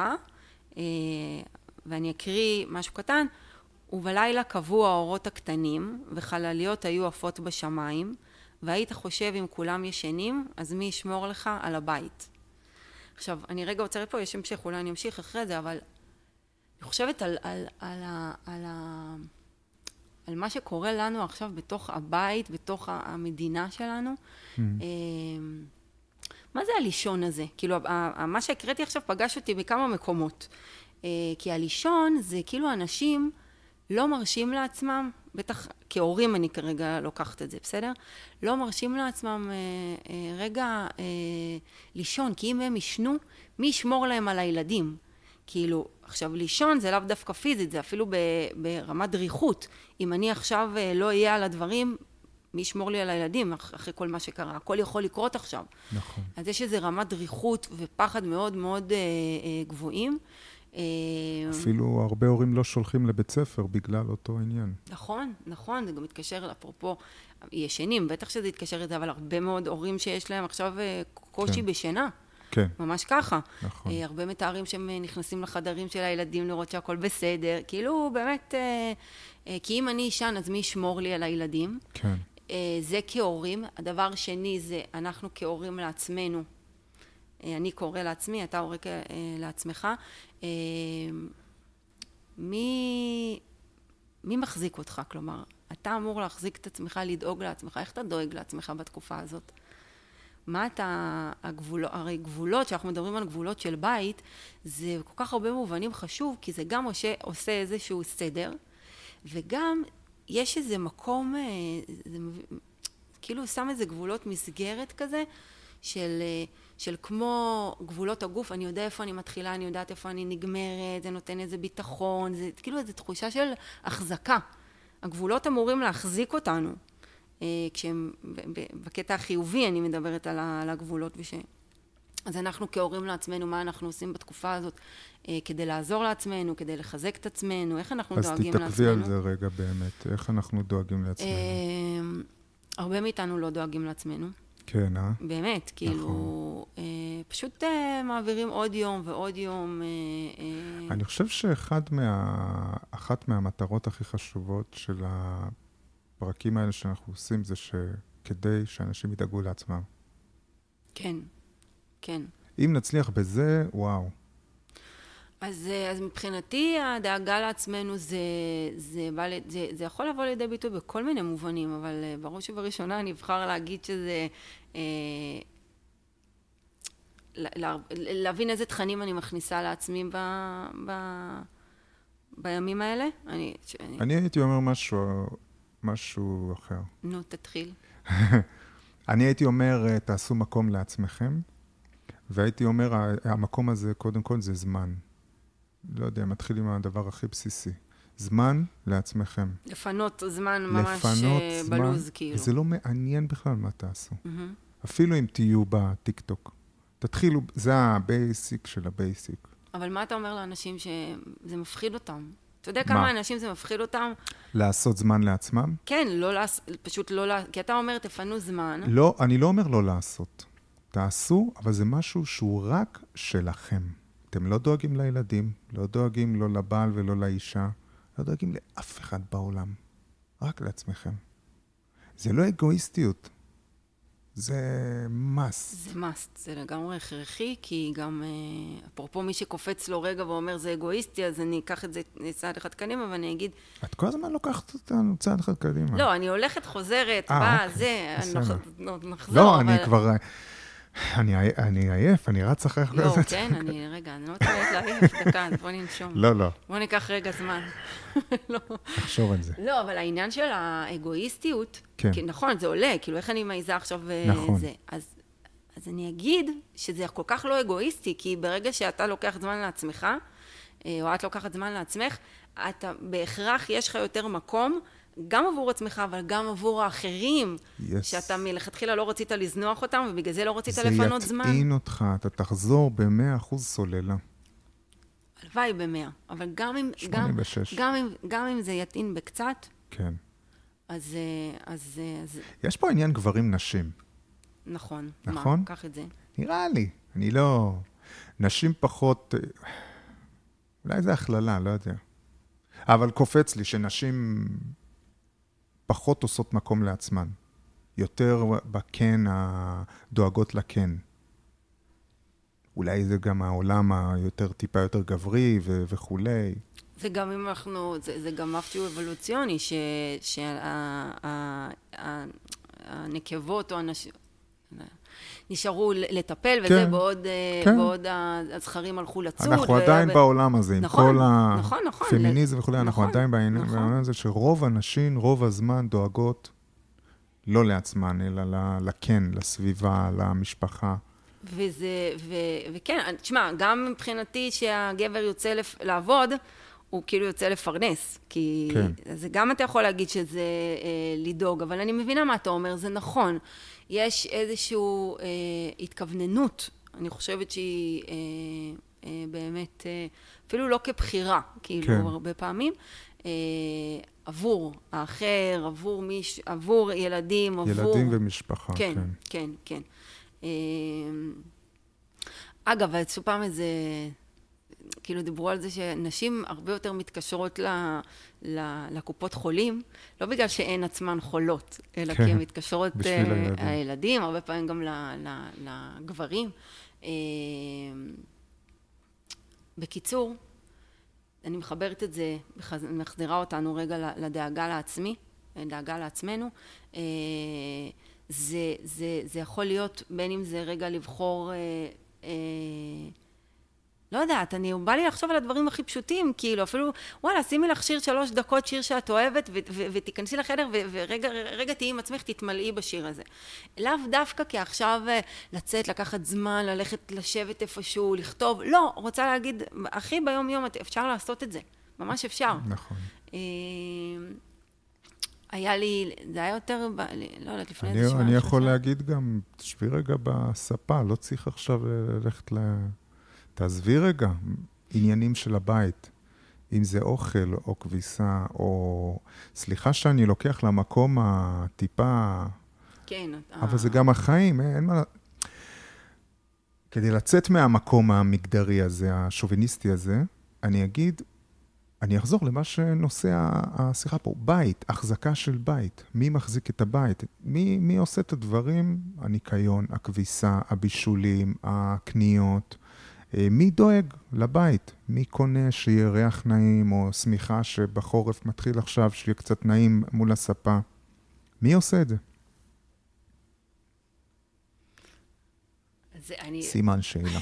Speaker 2: ואני אקריא משהו קטן. ובלילה קבעו האורות הקטנים, וחלליות היו עפות בשמיים, והיית חושב אם כולם ישנים, אז מי ישמור לך על הבית? עכשיו, אני רגע עוצרת פה, יש המשך, אולי אני אמשיך אחרי זה, אבל חושבת על מה שקורה לנו עכשיו בתוך הבית, בתוך המדינה שלנו. מה זה הלישון הזה? כאילו, מה שהקראתי עכשיו פגש אותי בכמה מקומות. כי הלישון זה כאילו אנשים לא מרשים לעצמם, בטח כהורים אני כרגע לוקחת את זה, בסדר? לא מרשים לעצמם רגע לישון, כי אם הם ישנו, מי ישמור להם על הילדים? כאילו, עכשיו לישון זה לאו דווקא פיזית, זה אפילו ברמת דריכות. אם אני עכשיו לא אהיה על הדברים, מי ישמור לי על הילדים אחרי כל מה שקרה? הכל יכול לקרות עכשיו.
Speaker 1: נכון.
Speaker 2: אז יש איזו רמת דריכות ופחד מאוד מאוד גבוהים.
Speaker 1: אפילו הרבה הורים לא שולחים לבית ספר בגלל אותו עניין.
Speaker 2: נכון, נכון, זה גם מתקשר, אפרופו, ישנים, בטח שזה יתקשר את זה, אבל הרבה מאוד הורים שיש להם עכשיו קושי בשינה.
Speaker 1: כן.
Speaker 2: ממש ככה.
Speaker 1: נכון.
Speaker 2: הרבה מתארים שהם נכנסים לחדרים של הילדים לראות שהכל בסדר. כאילו, באמת, כי אם אני ישן, אז מי ישמור לי על הילדים?
Speaker 1: כן.
Speaker 2: זה כהורים. הדבר שני זה, אנחנו כהורים לעצמנו. אני קורא לעצמי, אתה הורה לעצמך. מי מחזיק אותך? כלומר, אתה אמור להחזיק את עצמך, לדאוג לעצמך. איך אתה דואג לעצמך בתקופה הזאת? מה הרי גבולות, שאנחנו מדברים על גבולות של בית, זה כל כך הרבה מובנים חשוב, כי זה גם עושה איזשהו סדר, וגם יש איזה מקום, כאילו שם איזה גבולות מסגרת כזה, של כמו גבולות הגוף, אני יודע איפה אני מתחילה, אני יודעת איפה אני נגמרת, זה נותן איזה ביטחון, זה כאילו איזו תחושה של החזקה. הגבולות אמורים להחזיק אותנו. כשהם, בקטע החיובי אני מדברת על הגבולות אז אנחנו כהורים לעצמנו, מה אנחנו עושים בתקופה הזאת כדי לעזור לעצמנו, כדי לחזק את עצמנו, איך אנחנו דואגים לעצמנו.
Speaker 1: אז תתעכבי על זה רגע באמת, איך אנחנו דואגים לעצמנו?
Speaker 2: הרבה מאיתנו לא דואגים לעצמנו.
Speaker 1: כן,
Speaker 2: באמת, כאילו, פשוט מעבירים עוד יום ועוד יום.
Speaker 1: אני חושב שאחת מהמטרות הכי חשובות של הפרקים האלה שאנחנו עושים, זה שכדי שאנשים ידאגו לעצמם.
Speaker 2: כן, כן.
Speaker 1: אם נצליח בזה, וואו.
Speaker 2: אז מבחינתי הדאגה לעצמנו זה יכול לבוא לידי ביטוי בכל מיני מובנים, אבל בראש ובראשונה אני אבחר להגיד שזה להבין איזה תכנים אני מכניסה לעצמי בימים האלה.
Speaker 1: אני הייתי אומר משהו אחר.
Speaker 2: נו, תתחיל.
Speaker 1: אני הייתי אומר, תעשו מקום לעצמכם, והייתי אומר, המקום הזה, קודם כל, זה זמן. לא יודע, מתחיל עם הדבר הכי בסיסי. זמן לעצמכם.
Speaker 2: לפנות זמן ממש בלוז, כאילו.
Speaker 1: זה לא מעניין בכלל מה תעשו. אפילו אם תהיו בטיק-טוק. תתחילו, זה הבייסיק של הבייסיק.
Speaker 2: אבל מה אתה אומר לאנשים שזה מפחיד אותם? אתה יודע כמה אנשים זה מפחיד אותם?
Speaker 1: לעשות זמן לעצמם?
Speaker 2: כן, פשוט לא, כי אתה אומר, תפנו זמן.
Speaker 1: לא, אני לא אומר לא לעשות. תעשו, אבל זה משהו שהוא רק שלכם. אתם לא דואגים לילדים, לא דואגים לא לבעל ולא לאישה, לא דואגים לאף אחד בעולם, רק לעצמכם. זה לא אגואיסטיות, זה מס.
Speaker 2: זה מס, זה לגמרי הכרחי, כי גם, אפרופו מי שקופץ לו רגע ואומר זה אגואיסטי, אז אני אקח את זה צעד אחד קדימה ואני אגיד...
Speaker 1: את כל הזמן לוקחת אותנו צעד אחד קדימה.
Speaker 2: לא, אני הולכת, חוזרת, באה, זה, נחזור.
Speaker 1: לא, אני כבר... אני עייף, אני רץ אחרי כל
Speaker 2: זה.
Speaker 1: זה.
Speaker 2: לא, כן, רגע, אני לא צריכה לעייף, דקה, בוא ננשום.
Speaker 1: לא.
Speaker 2: בוא ניקח רגע זמן.
Speaker 1: תחשוב על זה.
Speaker 2: לא, אבל העניין של האגואיסטיות, נכון, זה עולה, כאילו איך אני מעיזה עכשיו זה. אז אני אגיד שזה כל כך לא אגואיסטי, כי ברגע שאתה לוקח זמן לעצמך, או את לוקחת זמן לעצמך, אתה בהכרח יש לך יותר מקום, גם עבור עצמך, אבל גם עבור האחרים, שאתה מלכתחילה לא רצית לזנוח אותם, ובגלל זה לא רצית לפנות זמן.
Speaker 1: זה יטעין אותך, אתה תחזור ב-100% סוללה.
Speaker 2: הלוואי ב-100, אבל
Speaker 1: 86.
Speaker 2: גם אם זה יטעין בקצת,
Speaker 1: כן.
Speaker 2: אז...
Speaker 1: יש פה עניין גברים-נשים.
Speaker 2: נכון.
Speaker 1: נכון?
Speaker 2: מה? קח את זה.
Speaker 1: נראה לי. אני לא... נשים פחות... אולי זה הכללה, לא יודע. אבל קופץ לי שנשים פחות עושות מקום לעצמן. יותר בכן, הדואגות לכן. אולי זה גם העולם היותר, טיפה יותר גברי וכולי.
Speaker 2: זה גם אם אנחנו, זה גם משהו אבולוציוני, שהנקבות או הנשים נשארו לטפל, וזה בעוד הזכרים הלכו לצוד.
Speaker 1: אנחנו עדיין בעולם הזה, עם כל הפמיניזם וכולי, אנחנו עדיין בעולם הזה שרוב הנשים, רוב הזמן דואגות לא לעצמן, אלא לכן, לסביבה, למשפחה.
Speaker 2: וכן, תשמע, גם מבחינתי שהגבר יוצא לעבוד, הוא כאילו יוצא לפרנס, כי זה גם אתה יכול להגיד שזה לדאוג, אבל אני מבינה מה אתה אומר, זה נכון. יש איזושהי התכווננות, אני חושבת שהיא באמת, אפילו לא כבחירה, כאילו הרבה פעמים, עבור האחר, עבור ילדים,
Speaker 1: ילדים ומשפחה, כן.
Speaker 2: כן, כן. אגב, שוב פעם איזה, כאילו דיברו על זה שנשים הרבה יותר מתקשרות לקופות חולים, לא בגלל שאין עצמן חולות, אלא כי הן מתקשרות הילדים, הרבה פעמים גם לגברים. בקיצור, אני מחברת את זה, מחזירה אותנו רגע לדאגה לעצמי, דאגה לעצמנו. זה יכול להיות, בין אם זה רגע לבחור, לא יודעת, בא לי לחשוב על הדברים הכי פשוטים, כאילו אפילו, וואלה, שימי לך שיר 3 דקות, שיר שאת אוהבת, ותיכנסי לחדר, ורגע תהיי עם עצמך, תתמלאי בשיר הזה. לאו דווקא כי עכשיו לצאת, לקחת זמן, ללכת לשבת איפשהו, לכתוב, לא, רוצה להגיד, הכי ביום יום אפשר לעשות את זה, ממש אפשר.
Speaker 1: נכון.
Speaker 2: היה לי, זה היה יותר, לא יודעת, לפני איזה שבוע.
Speaker 1: אני יכול להגיד גם, תשבי רגע בספה, לא צריך עכשיו ללכת תעזבי רגע, עניינים של הבית, אם זה אוכל או כביסה, או סליחה שאני לוקח למקום הטיפה,
Speaker 2: כן.
Speaker 1: אבל זה גם החיים, אין מה... כדי לצאת מהמקום המגדרי הזה, השוביניסטי הזה, אני אחזור למה שנושא השיחה פה, בית, החזקה של בית, מי מחזיק את הבית, מי עושה את הדברים, הניקיון, הכביסה, הבישולים, הקניות, מי דואג לבית? מי קונה שיהיה ריח נעים, או סמיכה שבחורף מתחיל עכשיו, שיהיה קצת נעים מול הספה? מי עושה את זה? סימן שאלה.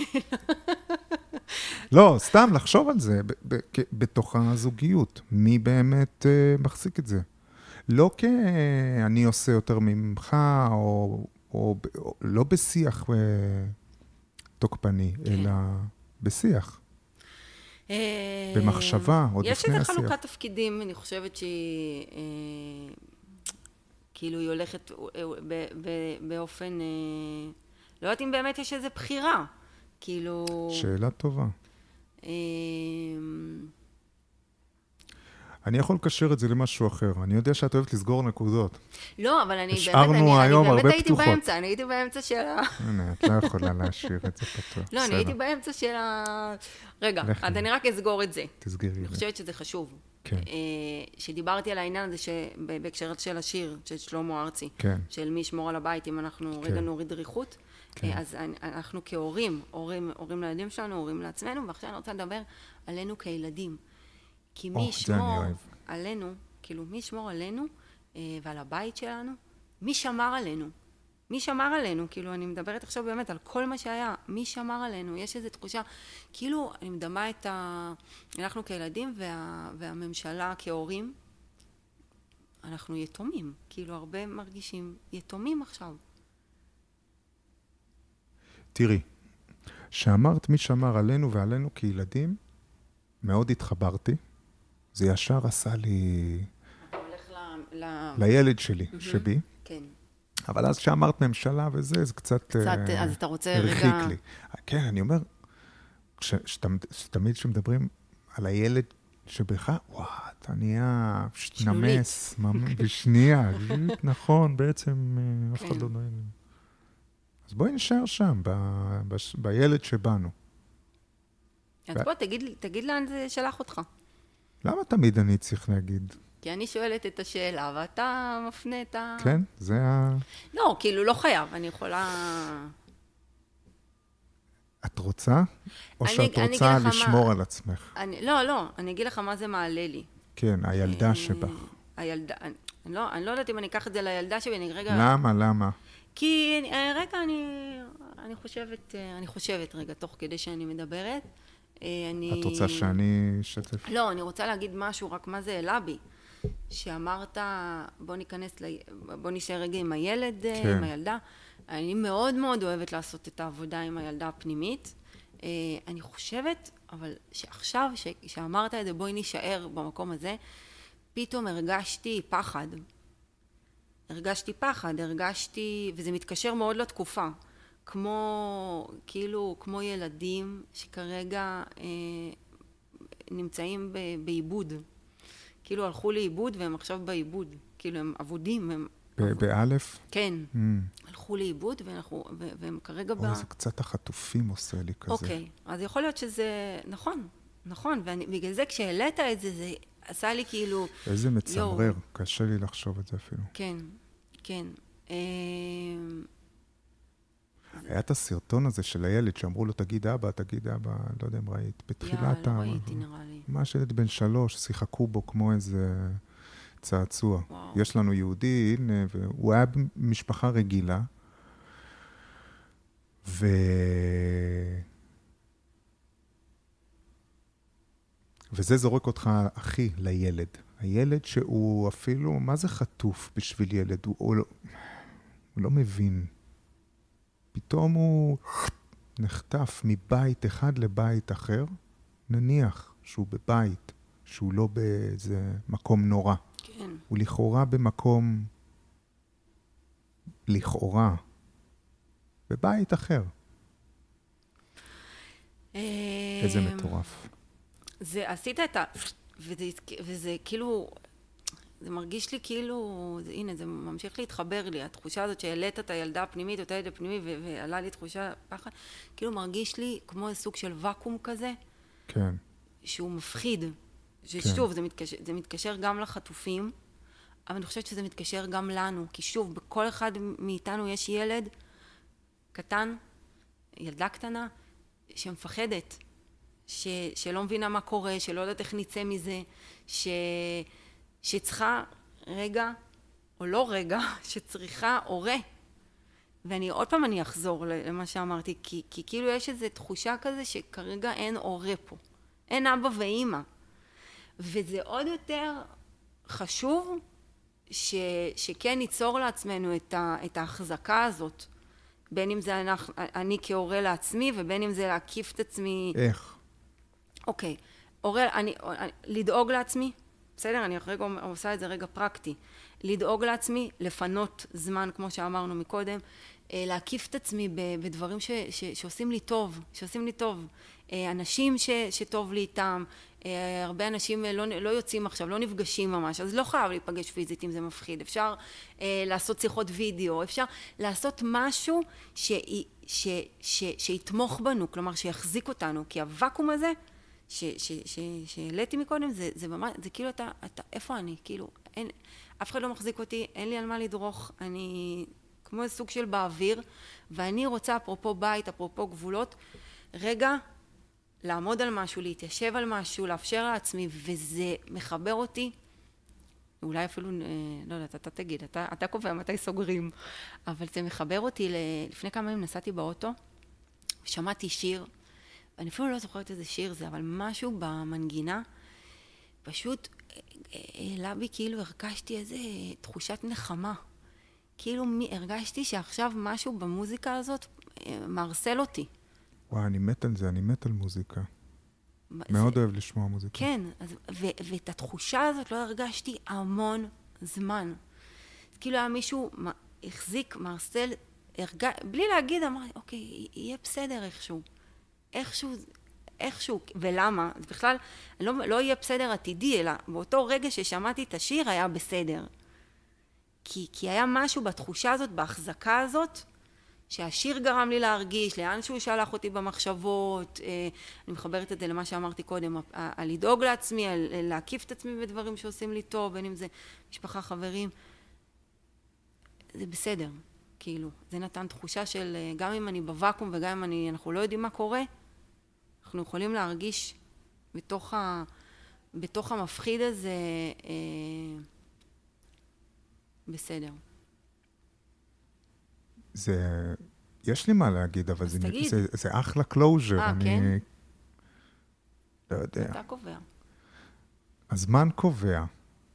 Speaker 1: לא, סתם לחשוב על זה, בתוך הזוגיות. מי באמת מחזיק את זה? לא אני עושה יותר ממך, או לא בשיח תוקפני, אלא בשיח. במחשבה, עוד לפני השיח.
Speaker 2: יש איזו חלוקת תפקידים, אני חושבת שהיא, כאילו היא הולכת באופן, לא יודעת אם באמת יש איזו בחירה, כאילו...
Speaker 1: שאלה טובה. אני יכול לקשר את זה למשהו אחר. אני יודע שאת אוהבת לסגור נקודות.
Speaker 2: לא, אבל אני באמת הייתי באמצע. אני הייתי באמצע של
Speaker 1: הנה, את לא יכולה להשאיר את זה פתוח.
Speaker 2: לא, אני הייתי באמצע של רגע, אז אני רק אסגור את זה.
Speaker 1: תסגרי את זה.
Speaker 2: אני חושבת שזה חשוב.
Speaker 1: כן.
Speaker 2: שדיברתי על העניין הזה בהקשר של השיר של שלמה ארצי, של מי ישמור על הבית אם אנחנו רגע נוריד דריכות. אז אנחנו כהורים, הורים לילדים שלנו, הורים לעצמנו, ועכשיו אני רוצה לדבר עלינו כילדים. כי מי ישמור עלינו, כאילו מי ישמור עלינו ועל הבית שלנו, מי שמר עלינו? מי שמר עלינו? כאילו אני מדברת עכשיו באמת על כל מה שהיה, מי שמר עלינו? יש איזו תחושה, כאילו אני מדמה אנחנו כילדים והממשלה כהורים, אנחנו יתומים, כאילו הרבה מרגישים יתומים עכשיו.
Speaker 1: תראי, שאמרת מי שמר עלינו ועלינו כילדים, מאוד התחברתי. זה ישר עשה לי...
Speaker 2: אתה הולך
Speaker 1: לילד שלי, שבי.
Speaker 2: כן.
Speaker 1: אבל אז כשאמרת ממשלה וזה, זה קצת...
Speaker 2: אז אתה רוצה רגע...
Speaker 1: הרחיק לי. כן, אני אומר, שתמיד שמדברים על הילד שבך, וואו, אתה נהיה נמס, בשנייה. נכון, בעצם אף אחד לא נעים. אז בואי נשאר שם, בילד שבנו.
Speaker 2: אז בוא, תגיד לאן זה שלח אותך.
Speaker 1: למה תמיד אני צריך להגיד?
Speaker 2: כי אני שואלת את השאלה, ואתה מפנה את ה...
Speaker 1: כן, זה
Speaker 2: לא, כאילו לא חייב, אני יכולה...
Speaker 1: את רוצה? או שאת רוצה לשמור על עצמך?
Speaker 2: לא, אני אגיד לך מה זה מעלה לי.
Speaker 1: כן, הילדה שבך.
Speaker 2: הילדה, אני לא יודעת אם אני אקח את זה לילדה שלי, אני רגע...
Speaker 1: למה?
Speaker 2: כי רגע, אני חושבת רגע, תוך כדי שאני מדברת.
Speaker 1: את רוצה שאני אשתף?
Speaker 2: לא, אני רוצה להגיד משהו, רק מה זה העלה בי. שאמרת, בוא נשאר רגע עם הילד,
Speaker 1: כן.
Speaker 2: עם הילדה. אני מאוד מאוד אוהבת לעשות את העבודה עם הילדה הפנימית. אני חושבת, אבל שעכשיו, שאמרת את זה, בואי נשאר במקום הזה, פתאום הרגשתי פחד, וזה מתקשר מאוד לתקופה, כמו ילדים שכרגע נמצאים באיבוד, כאילו הלכו לאיבוד והם עכשיו באיבוד, כאילו הם עבודים, הם...
Speaker 1: באלף?
Speaker 2: כן, הלכו לאיבוד והם כרגע...
Speaker 1: אוי, זה קצת החטופים עושה לי כזה.
Speaker 2: אוקיי, אז יכול להיות שזה נכון, ובגלל זה כשהעלית את זה, זה עשה לי כאילו...
Speaker 1: איזה מצמרר, קשה לי לחשוב את זה אפילו.
Speaker 2: כן.
Speaker 1: היה את הסרטון הזה של הילד שאמרו לו, תגיד אבא, לא יודע אם ראית, בתחילת
Speaker 2: ראיתי נראה לי.
Speaker 1: ממש ילד בן 3, שיחקו בו כמו איזה צעצוע. יש לנו יהודי, הנה, והוא היה במשפחה רגילה, וזה זורק אותך, אחי, לילד. הילד שהוא אפילו, מה זה חטוף בשביל ילד? הוא לא מבין. פתאום הוא נחטף מבית אחד לבית אחר, נניח שהוא בבית, שהוא לא באיזה מקום נורא.
Speaker 2: כן.
Speaker 1: הוא לכאורה במקום, בבית אחר. איזה מטורף.
Speaker 2: עשית את וזה כאילו, זה מרגיש לי כאילו, הנה, זה ממשיך להתחבר לי, התחושה הזאת שהעלית את הילדה הפנימית, או את הילד הפנימי, ועלה לי תחושה פחד, כאילו מרגיש לי כמו סוג של וקום כזה,
Speaker 1: כן.
Speaker 2: שהוא מפחיד, ששוב, זה מתקשר גם לחטופים, אבל אני חושבת שזה מתקשר גם לנו, כי שוב, בכל אחד מאיתנו יש ילד קטן, ילדה קטנה, שמפחדת, שלא מבינה מה קורה, שלא יודעת איך נצא מזה, שצריכה רגע, או לא רגע, שצריכה הורה. ואני עוד פעם אני אחזור למה שאמרתי, כי כאילו יש איזו תחושה כזה שכרגע אין הורה פה. אין אבא ואמא. וזה עוד יותר חשוב שכן ניצור לעצמנו את ההחזקה הזאת. בין אם זה אני כהורה לעצמי, ובין אם זה להקיף את עצמי.
Speaker 1: איך?
Speaker 2: אוקיי. לדאוג לעצמי, בסדר? אני רגע עושה את זה רגע פרקטי. לדאוג לעצמי, לפנות זמן, כמו שאמרנו מקודם, להקיף את עצמי בדברים שעושים לי טוב, אנשים שטוב לי איתם, הרבה אנשים לא יוצאים עכשיו, לא נפגשים ממש, אז לא חייב להיפגש פיזית אם זה מפחיד, אפשר לעשות שיחות וידאו, אפשר לעשות משהו שיתמוך בנו, כלומר שיחזיק אותנו, כי הוואקום הזה שהעליתי מקודם, זה ממש, זה כאילו איפה אני? כאילו, אף אחד לא מחזיק אותי, אין לי על מה לדרוך, אני כמו סוג של באוויר, ואני רוצה, אפרופו בית, אפרופו גבולות, רגע, לעמוד על משהו, להתיישב על משהו, לאפשר לעצמי, וזה מחבר אותי, אולי אפילו, לא יודעת, אתה תגיד, אתה קובע מתי סוגרים, אבל זה מחבר אותי, לפני כמה ימים נסעתי באוטו, שמעתי שיר, ואני אפילו לא זוכרת איזה שיר זה, אבל משהו במנגינה, פשוט העלה בי, כאילו הרגשתי איזה תחושת נחמה. כאילו הרגשתי שעכשיו משהו במוזיקה הזאת מרסל אותי.
Speaker 1: וואי, אני מת על זה, אני מת על מוזיקה. מאוד אוהב לשמוע מוזיקה.
Speaker 2: כן, ואת התחושה הזאת לא הרגשתי המון זמן. כאילו היה מישהו החזיק, מרסל, בלי להגיד, אמר, אוקיי, יהיה בסדר איכשהו, ולמה? אז בכלל, לא יהיה בסדר עתידי, אלא באותו רגע ששמעתי את השיר היה בסדר. כי היה משהו בתחושה הזאת, בהחזקה הזאת, שהשיר גרם לי להרגיש, לאן שהוא שלח אותי במחשבות, אני מחברת את זה למה שאמרתי קודם, על לדאוג לעצמי, על להקיף את עצמי בדברים שעושים לי טוב, בין אם זה משפחה, חברים, זה בסדר. כאילו. זה נתן תחושה של, גם אם אני בוואקום וגם אם אנחנו לא יודעים מה קורה, אנחנו יכולים להרגיש בתוך המפחיד הזה בסדר.
Speaker 1: יש לי מה להגיד, אבל זה אחלה קלוז'ר.
Speaker 2: כן?
Speaker 1: לא יודע.
Speaker 2: אתה קובע.
Speaker 1: הזמן קובע.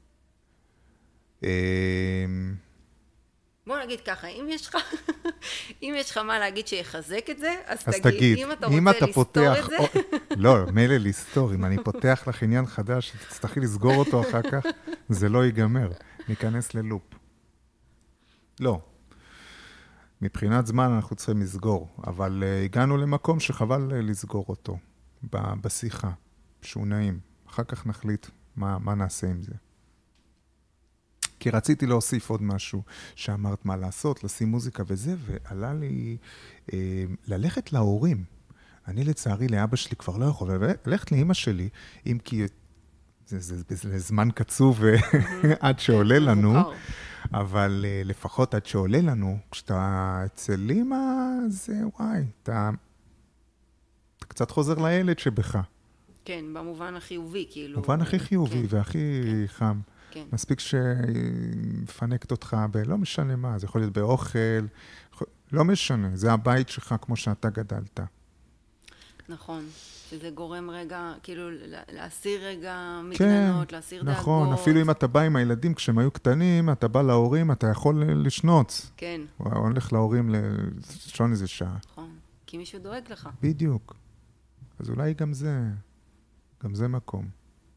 Speaker 2: בוא נגיד ככה, אם יש לך מה להגיד שיחזק את זה, אז
Speaker 1: תגיד.
Speaker 2: אם אתה רוצה לסתור את זה.
Speaker 1: לא, מילא לסתור. אם אני פותח לך עניין חדש, תצטרכי לסגור אותו אחר כך, זה לא ייגמר. ניכנס ללופ. לא. מבחינת זמן אנחנו צריכים לסגור, אבל הגענו למקום שחבל לסגור אותו בשיחה, שהוא נעים. אחר כך נחליט מה נעשה עם זה. כי רציתי להוסיף עוד משהו שאמרת מה לעשות, לשים מוזיקה וזה, ועלה לי ללכת להורים. אני לצערי לאבא שלי כבר לא יכול, וללכת לאמא שלי, אם כי זה זמן קצוב עד שעולה לנו, אבל לפחות עד שעולה לנו, כשאתה אצל אמא, זה וואי, אתה קצת חוזר לילד שבך.
Speaker 2: כן, במובן החיובי, כאילו.
Speaker 1: במובן הכי חיובי והכי חם.
Speaker 2: כן.
Speaker 1: מספיק שפנקת אותך לא משנה מה, זה יכול להיות באוכל, לא משנה, זה הבית שלך כמו שאתה גדלת.
Speaker 2: נכון, שזה גורם רגע, כאילו להסיר רגע מגננות, להסיר דאגות.
Speaker 1: נכון, אפילו אם אתה בא עם הילדים כשהם היו קטנים, אתה בא להורים, אתה יכול לשנוץ.
Speaker 2: כן.
Speaker 1: הוא הולך להורים לשון איזה שעה.
Speaker 2: נכון, כי מישהו דואג לך.
Speaker 1: בדיוק. אז אולי גם זה מקום.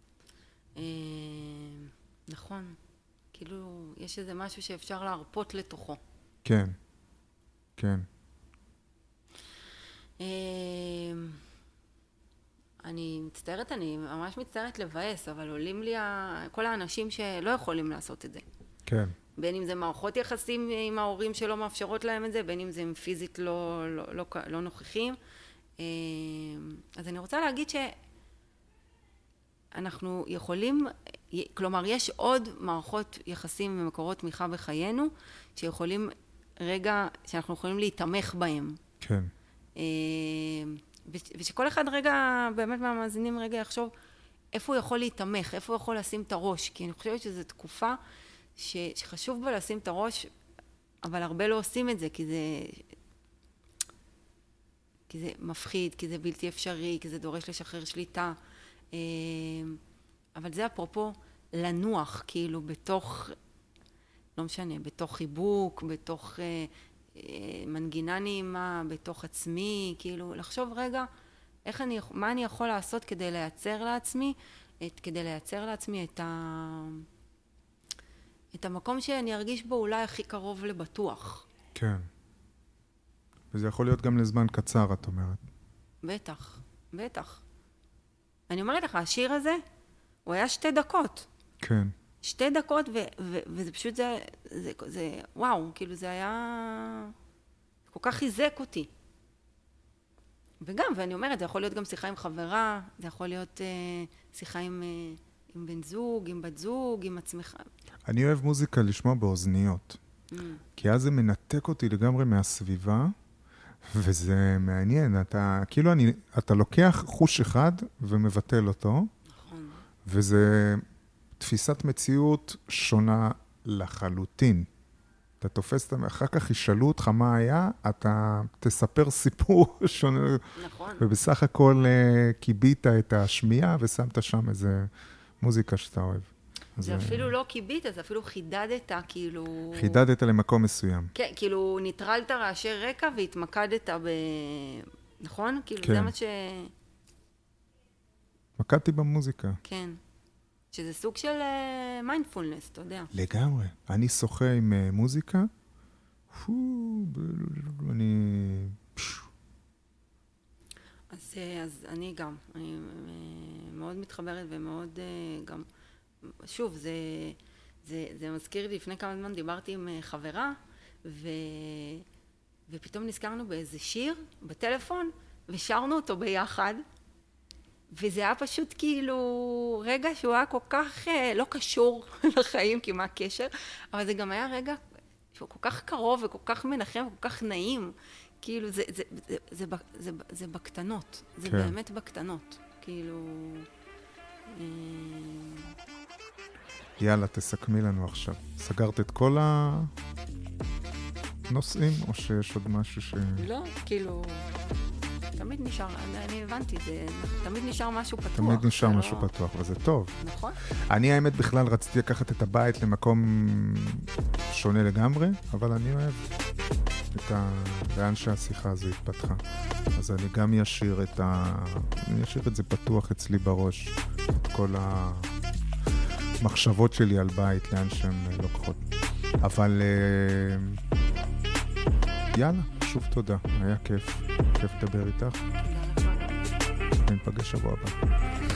Speaker 2: נכון, כאילו יש איזה משהו שאפשר להרפות לתוכו.
Speaker 1: כן, כן.
Speaker 2: אני מצטערת, אני ממש מצטערת לבאס, אבל עולים לי כל האנשים שלא יכולים לעשות את זה.
Speaker 1: כן.
Speaker 2: בין אם זה מערכות יחסים עם ההורים שלא מאפשרות להם את זה, בין אם זה הם פיזית לא נוכחים. אז אני רוצה להגיד שאנחנו יכולים, כלומר יש עוד מערכות יחסים ומקורות תמיכה בחיינו, שיכולים רגע, שאנחנו יכולים להתמך בהם.
Speaker 1: כן.
Speaker 2: ושכל אחד רגע, באמת מהמאזינים רגע יחשוב איפה הוא יכול להתמך, איפה הוא יכול לשים את הראש, כי אני חושבת שזו תקופה שחשוב בה לשים את הראש, אבל הרבה לא עושים את זה, כי זה מפחיד, כי זה בלתי אפשרי, כי זה דורש לשחרר שליטה. אבל זה אפרופו לנוח, כאילו בתוך, לא משנה, בתוך חיבוק, בתוך מנגינה נעימה, בתוך עצמי, כאילו לחשוב רגע מה אני יכול לעשות כדי לייצר לעצמי את המקום שאני ארגיש בו אולי הכי קרוב לבטוח.
Speaker 1: כן. וזה יכול להיות גם לזמן קצר, את אומרת.
Speaker 2: בטח, בטח. אני אומרת לך, השיר הזה, הוא היה 2 דקות.
Speaker 1: כן.
Speaker 2: 2 דקות, וזה פשוט, זה, וואו, כאילו זה היה, כל כך חיזק אותי. וגם, ואני אומרת, זה יכול להיות גם שיחה עם חברה, זה יכול להיות שיחה עם בן זוג, עם בת זוג, עם עצמך.
Speaker 1: אני אוהב מוזיקה לשמוע באוזניות. כי אז זה מנתק אותי לגמרי מהסביבה, וזה מעניין. אתה לוקח חוש אחד ומבטל אותו,
Speaker 2: נכון.
Speaker 1: וזה תפיסת מציאות שונה לחלוטין. אתה תופס, אחר כך ישאלו אותך מה היה, אתה תספר סיפור שונה.
Speaker 2: נכון.
Speaker 1: ובסך הכל קיבית את השמיעה ושמת שם איזה מוזיקה שאתה אוהב.
Speaker 2: זה אפילו לא קיבית, זה אפילו חידדת, כאילו...
Speaker 1: חידדת למקום מסוים.
Speaker 2: כן, כאילו ניטרלת רעשי רקע והתמקדת נכון? כאילו
Speaker 1: כן.
Speaker 2: זה מה
Speaker 1: מקדתי במוזיקה.
Speaker 2: כן. שזה סוג של מיינדפולנס, אתה יודע.
Speaker 1: לגמרי. אני שוחה עם מוזיקה,
Speaker 2: אז אני גם, אני מאוד מתחברת ומאוד גם, שוב, זה מזכיר לי, לפני כמה זמן דיברתי עם חברה, ופתאום נזכרנו באיזה שיר בטלפון, ושרנו אותו ביחד, וזה היה פשוט כאילו רגע שהוא היה כל כך לא קשור לחיים, כי מה הקשר, אבל זה גם היה רגע שהוא כל כך קרוב וכל כך מנחם וכל כך נעים. כאילו, זה בקטנות. זה
Speaker 1: כן.
Speaker 2: באמת בקטנות. כאילו...
Speaker 1: יאללה, תסכמי לנו עכשיו. סגרת את כל הנושאים, או שיש עוד משהו ש...
Speaker 2: לא, כאילו... תמיד נשאר, אני הבנתי, תמיד נשאר משהו פתוח.
Speaker 1: תמיד נשאר משהו פתוח, וזה טוב.
Speaker 2: נכון.
Speaker 1: אני האמת בכלל רציתי לקחת את הבית למקום שונה לגמרי, אבל אני אוהב לאן שהשיחה הזו התפתחה. אז אני גם אשאיר את זה פתוח אצלי בראש, את כל המחשבות שלי על בית, לאן שהן לוקחות. אבל יאללה, שוב תודה, היה כיף לדבר איתך.
Speaker 2: תודה לך.
Speaker 1: נפגש שבוע הבא.